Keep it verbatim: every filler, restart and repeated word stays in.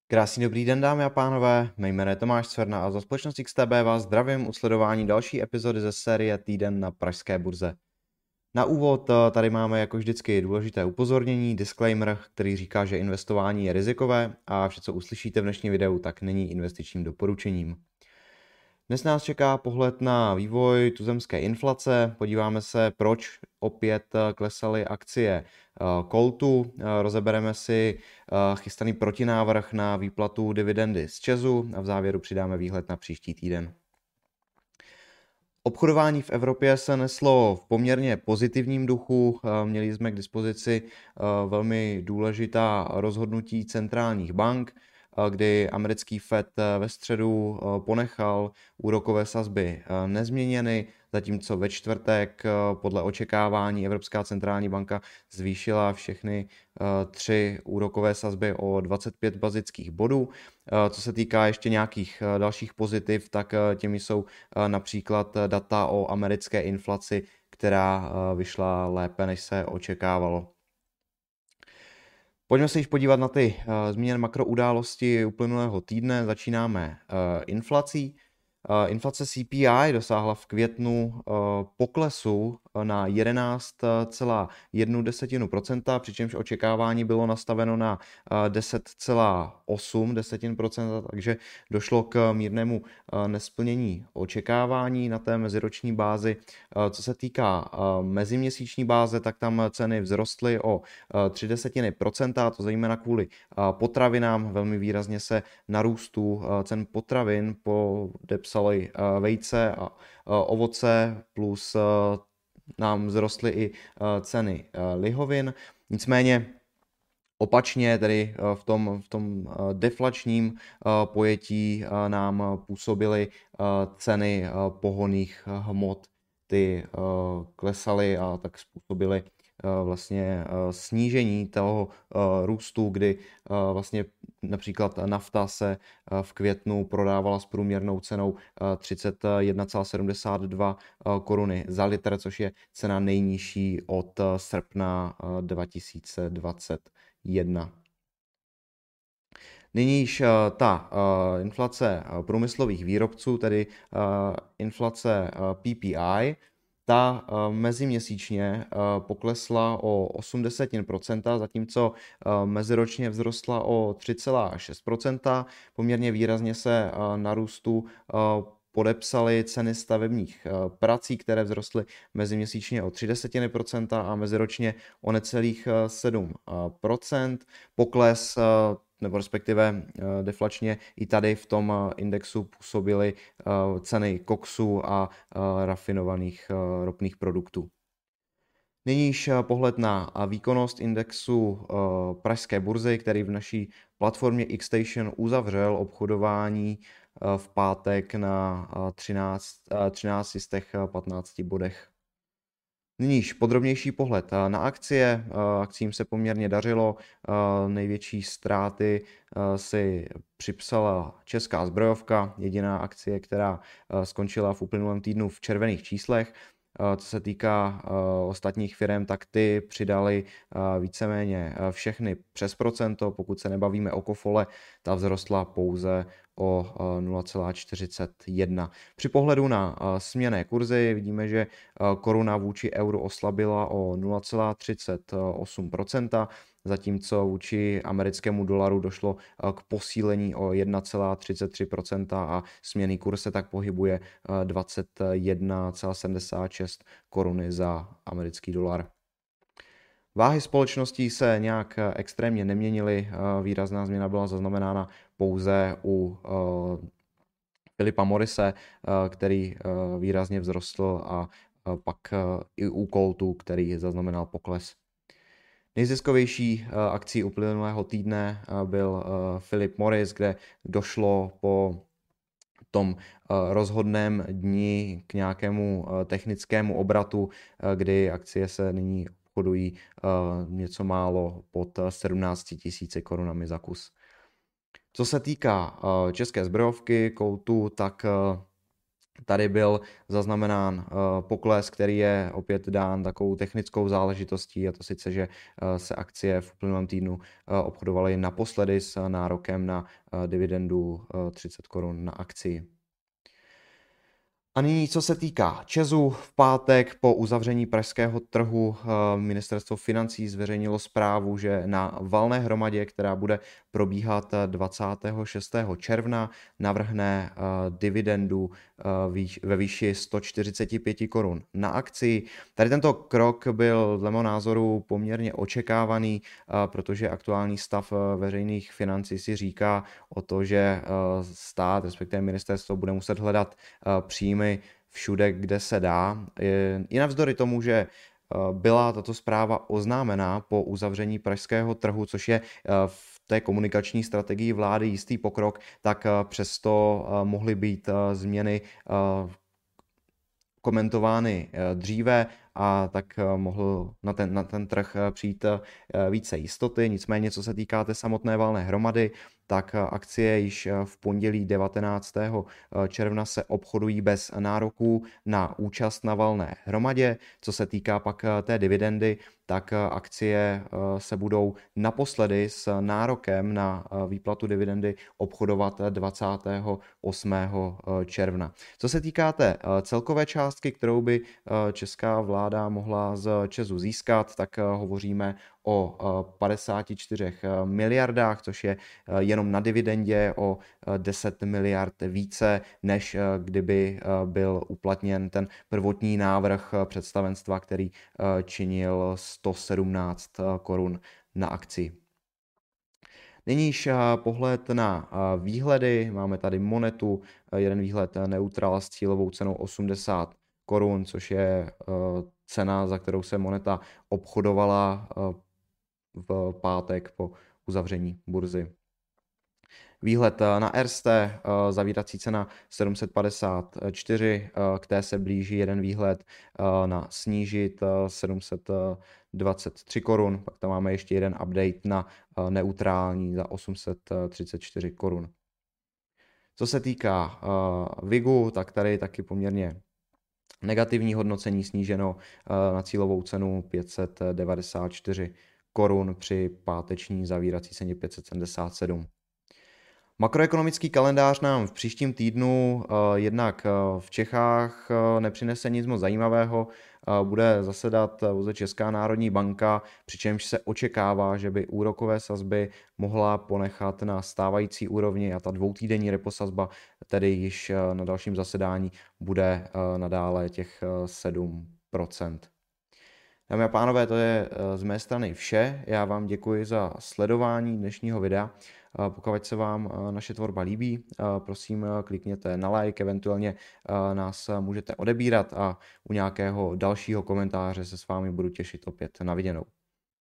Krásný dobrý den, dámy a pánové, mé jméno je Tomáš Cverna a za společnost X T B vás zdravím u sledování další epizody ze série Týden na pražské burze. Na úvod tady máme jako vždycky důležité upozornění, disclaimer, který říká, že investování je rizikové a vše, co uslyšíte v dnešním videu, tak není investičním doporučením. Dnes nás čeká pohled na vývoj tuzemské inflace, podíváme se, proč opět klesaly akcie Coltu, rozebereme si chystaný protinávrh na výplatu dividendy z ČEZu a v závěru přidáme výhled na příští týden. Obchodování v Evropě se neslo v poměrně pozitivním duchu, měli jsme k dispozici velmi důležitá rozhodnutí centrálních bank, kdy americký Fed ve středu ponechal úrokové sazby nezměněny, zatímco ve čtvrtek podle očekávání Evropská centrální banka zvýšila všechny tři úrokové sazby o dvacet pět bazických bodů. Co se týká ještě nějakých dalších pozitiv, tak těmi jsou například data o americké inflaci, která vyšla lépe, než se očekávalo. Pojďme se již podívat na ty uh, zmíněné makroudálosti uplynulého týdne. Začínáme uh, inflací. Uh, inflace C P I dosáhla v květnu uh, poklesu na jedenáct celá jedna desetin procenta, přičemž očekávání bylo nastaveno na uh, deset celá osm desetin procenta, takže došlo k mírnému uh, nesplnění očekávání na té meziroční bázi. Uh, co se týká uh, meziměsíční báze, tak tam ceny vzrostly o uh, tři desetiny procenta, to zejména kvůli uh, potravinám. Velmi výrazně se na růstu uh, cen potravin podepsaly uh, vejce a uh, ovoce, plus uh, nám vzrostly i uh, ceny uh, lihovin. Nicméně opačně, tedy v tom, v tom deflačním pojetí nám působily ceny pohonných hmot, ty klesaly a tak způsobily vlastně snížení toho růstu, kdy vlastně například nafta se v květnu prodávala s průměrnou cenou třicet jedna celá sedmdesát dva koruny za litr, což je cena nejnižší od srpna dva tisíce dvacet jedna. Nyní již ta inflace průmyslových výrobců, tedy inflace P P I, ta meziměsíčně poklesla o osm desetin procenta, zatímco meziročně vzrostla o tři celá šest procenta. Poměrně výrazně se na růstu podepsaly ceny stavebních prací, které vzrostly meziměsíčně o tři desetiny procenta a meziročně o necelých sedm procent. Pokles nebo respektive deflačně i tady v tom indexu působily ceny koksu a rafinovaných ropných produktů. Nyní již pohled na výkonnost indexu pražské burzy, který v naší platformě Xstation uzavřel obchodování v pátek na třinácti z těch patnácti bodech. Nyní již podrobnější pohled na akcie. Akcím se poměrně dařilo. Největší ztráty si připsala Česká zbrojovka, jediná akcie, která skončila v uplynulém týdnu v červených číslech. Co se týká ostatních firm, tak ty přidali víceméně všechny přes procento. Pokud se nebavíme o Kofole, ta vzrostla pouze o nula celá čtyřicet jedna. Při pohledu na směnné kurzy vidíme, že koruna vůči euru oslabila o nula celá třicet osm procenta, zatímco vůči americkému dolaru došlo k posílení o jedna celá třicet tři procenta a směnný kurz se tak pohybuje dvacet jedna celá sedmdesát šest koruny za americký dolar. Váhy společností se nějak extrémně neměnily, výrazná změna byla zaznamenána pouze u Philipa Morrise, který výrazně vzrostl, a pak i u Coltu, který zaznamenal pokles. Nejziskovější akcí uplynulého týdne byl Philip Morris, kde došlo po tom rozhodném dni k nějakému technickému obratu, kdy akcie se nyní obchodují něco málo pod sedmnácti tisíci korunami za kus. Co se týká české zbrojovky Coltu, tak Tady byl zaznamenán pokles, který je opět dán takovou technickou záležitostí, a to sice, že se akcie v uplynulém týdnu obchodovaly naposledy s nárokem na dividendu třicet korun na akci. A nyní, co se týká ČEZu, v pátek po uzavření pražského trhu ministerstvo financí zveřejnilo zprávu, že na valné hromadě, která bude probíhat dvacátého šestého června, navrhne dividendu ve výši sto čtyřicet pět korun na akci. Tady tento krok byl dle mého názoru poměrně očekávaný, protože aktuální stav veřejných financí si říká o to, že stát, respektive ministerstvo, bude muset hledat příjmy všude, kde se dá. I navzdory tomu, že byla tato zpráva oznámena po uzavření pražského trhu, což je v té komunikační strategii vlády jistý pokrok, tak přesto mohly být změny komentovány dříve a tak mohl na ten, na ten trh přijít více jistoty. Nicméně, co se týká té samotné valné hromady, tak akcie již v pondělí devatenáctého června se obchodují bez nároků na účast na valné hromadě. Co se týká pak té dividendy, tak akcie se budou naposledy s nárokem na výplatu dividendy obchodovat dvacátého osmého června. Co se týká té celkové částky, kterou by česká vláda mohla z ČEZu získat, tak hovoříme o padesáti čtyřech miliardách, což je jenom na dividendě o deset miliard více, než kdyby byl uplatněn ten prvotní návrh představenstva, který činil sto sedmnáct korun na akci. Nyníž pohled na výhledy. Máme tady monetu, jeden výhled neutral s cílovou cenou osmdesát korun, což je cena, za kterou se moneta obchodovala v pátek po uzavření burzy. Výhled na Erste, zavírací cena sedm set padesát čtyři, k té se blíží jeden výhled na snížit sedm set dvacet tři korun, pak tam máme ještě jeden update na neutrální za osm set třicet čtyři korun. Co se týká Vigu, tak tady taky poměrně negativní hodnocení, sníženo na cílovou cenu pět set devadesát čtyři korun při páteční zavírací ceně pět set sedmdesát sedm. Makroekonomický kalendář nám v příštím týdnu jednak v Čechách nepřinese nic moc zajímavého. Bude zasedat pouze Česká národní banka, přičemž se očekává, že by úrokové sazby mohla ponechat na stávající úrovni a ta dvoutýdenní reposazba tedy již na dalším zasedání bude nadále těch sedm procent. Dámy a pánové, to je z mé strany vše. Já vám děkuji za sledování dnešního videa. Pokud se vám naše tvorba líbí, prosím klikněte na like, eventuálně nás můžete odebírat a u nějakého dalšího komentáře se s vámi budu těšit opět na viděnou.